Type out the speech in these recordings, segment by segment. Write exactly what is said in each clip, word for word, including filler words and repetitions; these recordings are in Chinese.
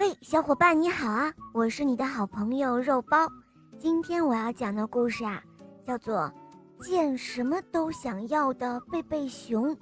嘿，小伙伴你好啊，我是你的好朋友肉包。今天我要讲的故事啊，叫做见什么都想要的贝贝熊。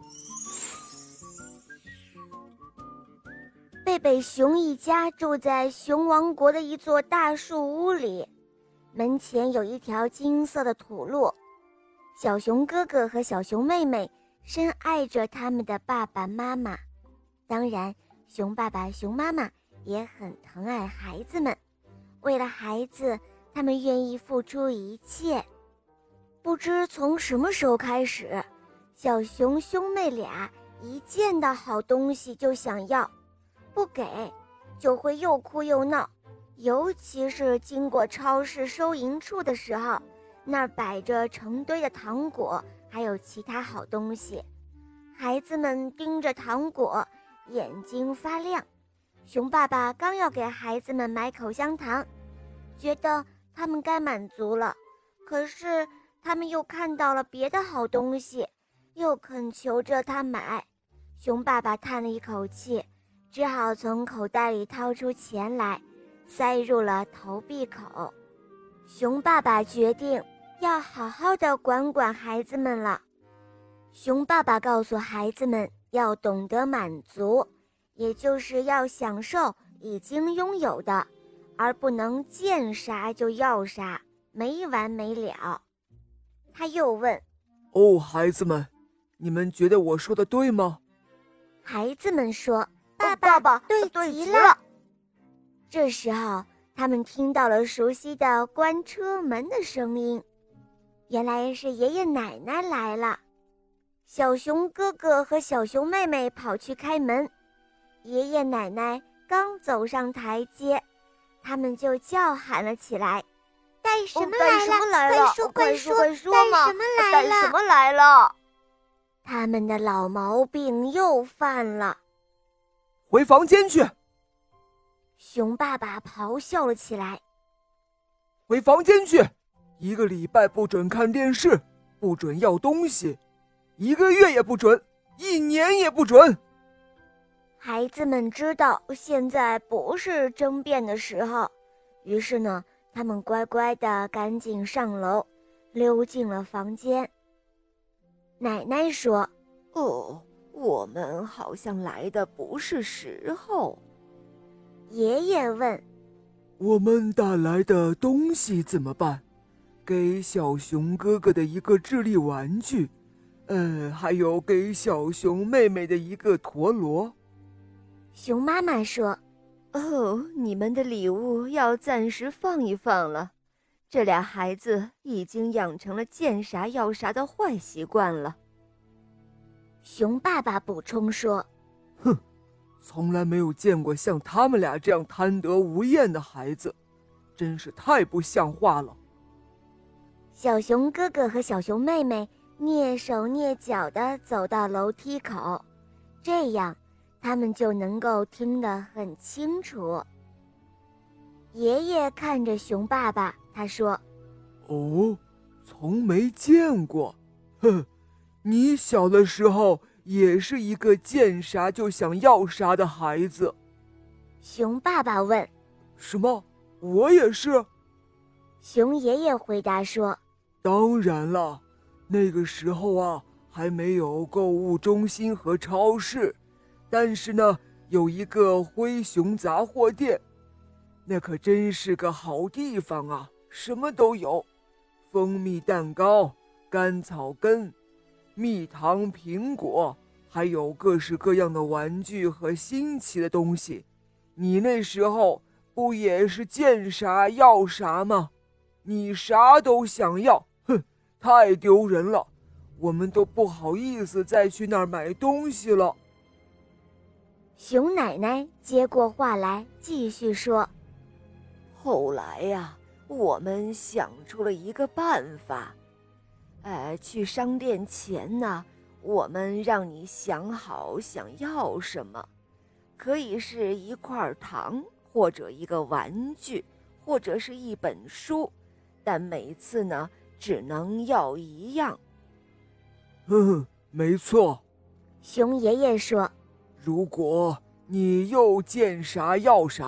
贝贝熊一家住在熊王国的一座大树屋里，门前有一条金色的土路。小熊哥哥和小熊妹妹深爱着他们的爸爸妈妈，当然熊爸爸熊妈妈也很疼爱孩子们，为了孩子，他们愿意付出一切。不知从什么时候开始，小熊兄妹俩一见到好东西就想要，不给就会又哭又闹，尤其是经过超市收银处的时候，那儿摆着成堆的糖果，还有其他好东西。孩子们盯着糖果，眼睛发亮。熊爸爸刚要给孩子们买口香糖，觉得他们该满足了，可是他们又看到了别的好东西，又恳求着他买。熊爸爸叹了一口气，只好从口袋里掏出钱来，塞入了投币口。熊爸爸决定要好好的管管孩子们了。熊爸爸告诉孩子们要懂得满足，也就是要享受已经拥有的，而不能见啥就要啥，没完没了。他又问： 哦，孩子们，你们觉得我说的对吗？ 孩子们说： 爸爸，爸爸对对极了。这时候他们听到了熟悉的关车门的声音，原来是爷爷奶奶来了。小熊哥哥和小熊妹妹跑去开门，爷爷奶奶刚走上台阶，他们就叫喊了起来： 带什么来了？ 快说快说快说嘛！带什么来了？ 带什么来了？他们的老毛病又犯了。 回房间去！ 熊爸爸咆哮了起来。 回房间去！一个礼拜不准看电视，不准要东西，一个月也不准，一年也不准。 孩子们知道现在不是争辩的时候，于是呢，他们乖乖地赶紧上楼，溜进了房间。奶奶说： 哦，我们好像来的不是时候。 爷爷问： 我们带来的东西怎么办？给小熊哥哥的一个智力玩具，呃，还有给小熊妹妹的一个陀螺。 熊妈妈说： 哦，你们的礼物要暂时放一放了，这俩孩子已经养成了见啥要啥的坏习惯了。 熊爸爸补充说： 哼，从来没有见过像他们俩这样贪得无厌的孩子，真是太不像话了。 小熊哥哥和小熊妹妹蹑手蹑脚地走到楼梯口，这样他们就能够听得很清楚。爷爷看着熊爸爸，他说： 哦，从没见过。哼，你小的时候也是一个见啥就想要啥的孩子。 熊爸爸问： 什么？我也是？ 熊爷爷回答说： 当然了，那个时候啊，还没有购物中心和超市，但是呢，有一个灰熊杂货店，那可真是个好地方啊，什么都有，蜂蜜蛋糕、甘草根、蜜糖苹果，还有各式各样的玩具和新奇的东西。你那时候不也是见啥要啥吗？你啥都想要，哼，太丢人了，我们都不好意思再去那儿买东西了。 熊奶奶接过话来，继续说： 后来呀，我们想出了一个办法。呃，去商店前呢，我们让你想好想要什么，可以是一块糖，或者一个玩具，或者是一本书，但每次呢，只能要一样。 嗯，没错。 熊爷爷说： 如果你又见啥要啥，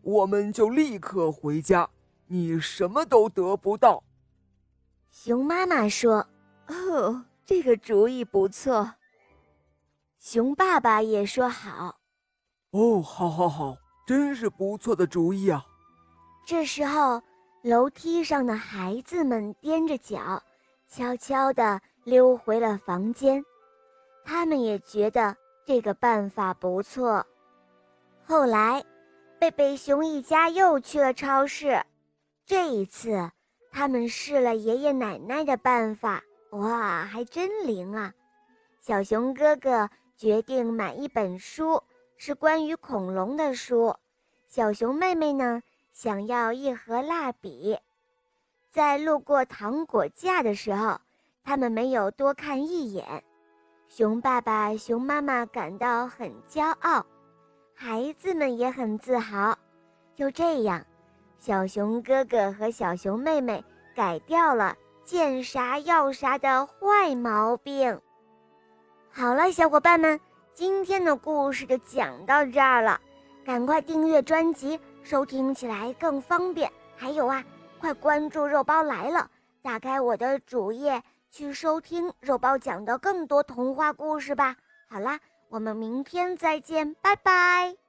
我们就立刻回家，你什么都得不到。” 熊妈妈说：“ 哦，这个主意不错。” 熊爸爸也说：“好。” 哦，好好好，真是不错的主意啊！ 这时候，楼梯上的孩子们踮着脚，悄悄地溜回了房间。他们也觉得这个办法不错。后来，贝贝熊一家又去了超市。这一次，他们试了爷爷奶奶的办法，哇，还真灵啊！小熊哥哥决定买一本书，是关于恐龙的书。小熊妹妹呢，想要一盒蜡笔。在路过糖果架的时候，他们没有多看一眼。熊爸爸、熊妈妈感到很骄傲，孩子们也很自豪。就这样，小熊哥哥和小熊妹妹改掉了见啥要啥的坏毛病。好了，小伙伴们，今天的故事就讲到这儿了，赶快订阅专辑，收听起来更方便。还有啊，快关注肉包来了，打开我的主页去收听肉包讲的更多童话故事吧。好啦，我们明天再见，拜拜。